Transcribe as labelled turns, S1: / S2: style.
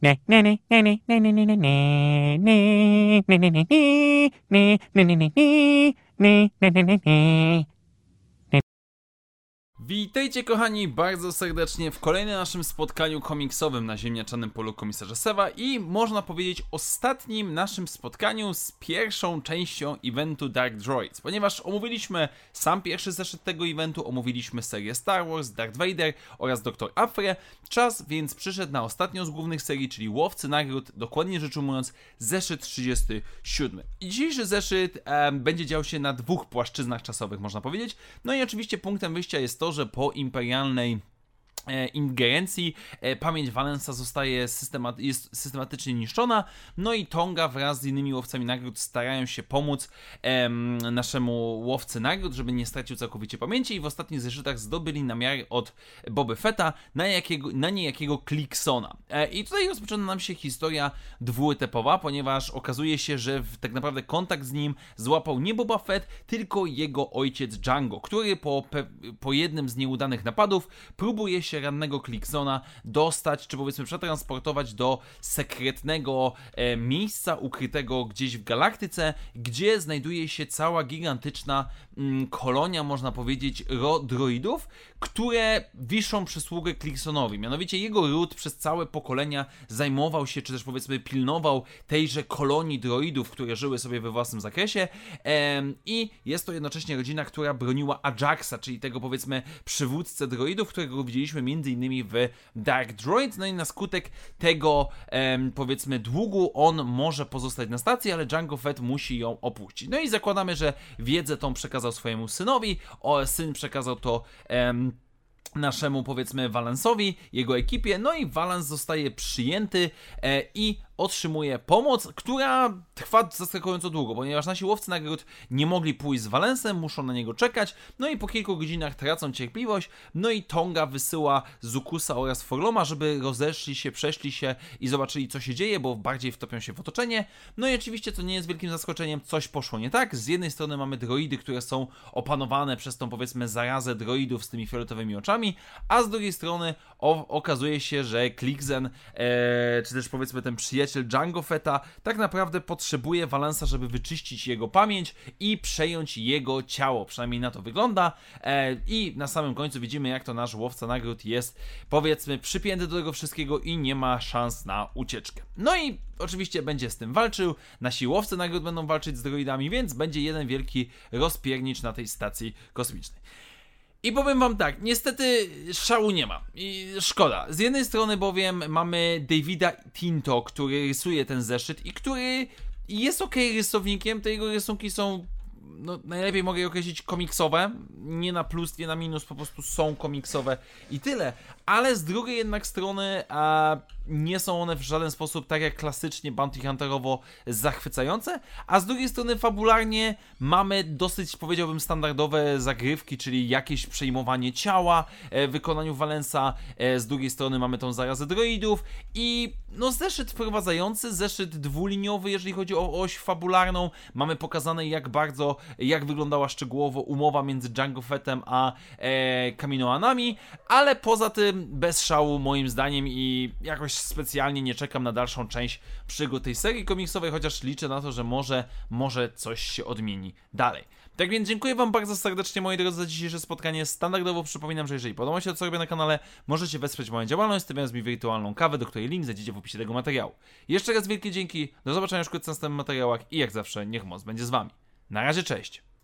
S1: Witajcie kochani bardzo serdecznie w kolejnym naszym spotkaniu komiksowym na ziemniaczanym polu komisarza Seva i można powiedzieć ostatnim naszym spotkaniu z pierwszą częścią eventu Dark Droids, ponieważ omówiliśmy sam pierwszy zeszyt tego eventu, omówiliśmy serię Star Wars, Darth Vader oraz Dr. Aphra. Czas więc przyszedł na ostatnią z głównych serii, czyli Łowcy Nagród, dokładnie rzecz ujmując zeszyt 37. I dzisiejszy zeszyt będzie dział się na dwóch płaszczyznach czasowych, można powiedzieć. No i oczywiście punktem wyjścia jest to, że po imperialnej ingerencji pamięć Valensa jest systematycznie niszczona, no i Tonga wraz z innymi łowcami nagród starają się pomóc naszemu łowcy nagród, żeby nie stracił całkowicie pamięci i w ostatnich zeszytach zdobyli namiary od Boby Fetta na niejakiego Kliksona. I tutaj rozpoczyna nam się historia dwuetapowa, ponieważ okazuje się, że tak naprawdę kontakt z nim złapał nie Boba Fett, tylko jego ojciec Django, który po jednym z nieudanych napadów próbuje się rannego Kliksona dostać, czy powiedzmy przetransportować do sekretnego miejsca ukrytego gdzieś w galaktyce, gdzie znajduje się cała gigantyczna kolonia, można powiedzieć, droidów, które wiszą przysługę Kliksonowi. Mianowicie jego ród przez całe pokolenia zajmował się, czy też powiedzmy pilnował tejże kolonii droidów, które żyły sobie we własnym zakresie i jest to jednocześnie rodzina, która broniła Ajaxa, czyli tego powiedzmy przywódcę droidów, którego widzieliśmy m.in. w Dark Droids, no i na skutek tego powiedzmy długu on może pozostać na stacji, ale Jango Fett musi ją opuścić. No i zakładamy, że wiedzę tą przekazał swojemu synowi, syn przekazał to naszemu powiedzmy Valensowi, jego ekipie, no i Valens zostaje przyjęty i otrzymuje pomoc, która trwa zaskakująco długo, ponieważ nasi łowcy nagród nie mogli pójść z Valensem, muszą na niego czekać, no i po kilku godzinach tracą cierpliwość, no i Tonga wysyła Zukusa oraz Forloma, żeby rozeszli się, przeszli się i zobaczyli, co się dzieje, bo bardziej wtopią się w otoczenie. No i oczywiście, co nie jest wielkim zaskoczeniem, coś poszło nie tak. Z jednej strony mamy droidy, które są opanowane przez tą powiedzmy zarazę droidów z tymi fioletowymi oczami, a z drugiej strony okazuje się, że Kliksen, czy też powiedzmy ten przyjaciel Jango Fetta tak naprawdę potrzebuje Valensa, żeby wyczyścić jego pamięć i przejąć jego ciało. Przynajmniej na to wygląda. I na samym końcu widzimy, jak to nasz łowca nagród jest powiedzmy przypięty do tego wszystkiego i nie ma szans na ucieczkę. No i oczywiście będzie z tym walczył. Nasi łowcy nagród będą walczyć z droidami, więc będzie jeden wielki rozpiernicz na tej stacji kosmicznej. I powiem wam tak, niestety szału nie ma i szkoda. Z jednej strony bowiem mamy Davida Tinto, który rysuje ten zeszyt i który jest rysownikiem, te jego rysunki są, no najlepiej mogę je określić, komiksowe, nie na plus, nie na minus, po prostu są komiksowe i tyle, ale z drugiej jednak strony nie są one w żaden sposób tak jak klasycznie Bounty Hunterowo zachwycające, a z drugiej strony fabularnie mamy dosyć, powiedziałbym, standardowe zagrywki, czyli jakieś przejmowanie ciała w wykonaniu Valensa, z drugiej strony mamy tą zarazę droidów i no zeszyt wprowadzający, zeszyt dwuliniowy, jeżeli chodzi o oś fabularną, mamy pokazane jak wyglądała szczegółowo umowa między Jango Fettem a Kaminoanami, ale poza tym bez szału moim zdaniem i jakoś specjalnie nie czekam na dalszą część przygód tej serii komiksowej, chociaż liczę na to, że może coś się odmieni dalej. Tak więc dziękuję wam bardzo serdecznie, moi drodzy, za dzisiejsze spotkanie. Standardowo przypominam, że jeżeli podoba się to, co robię na kanale, możecie wesprzeć moją działalność, stawiając mi wirtualną kawę, do której link znajdziecie w opisie tego materiału. Jeszcze raz wielkie dzięki, do zobaczenia już wkrótce w następnych materiałach i jak zawsze niech moc będzie z wami. Na razie, cześć!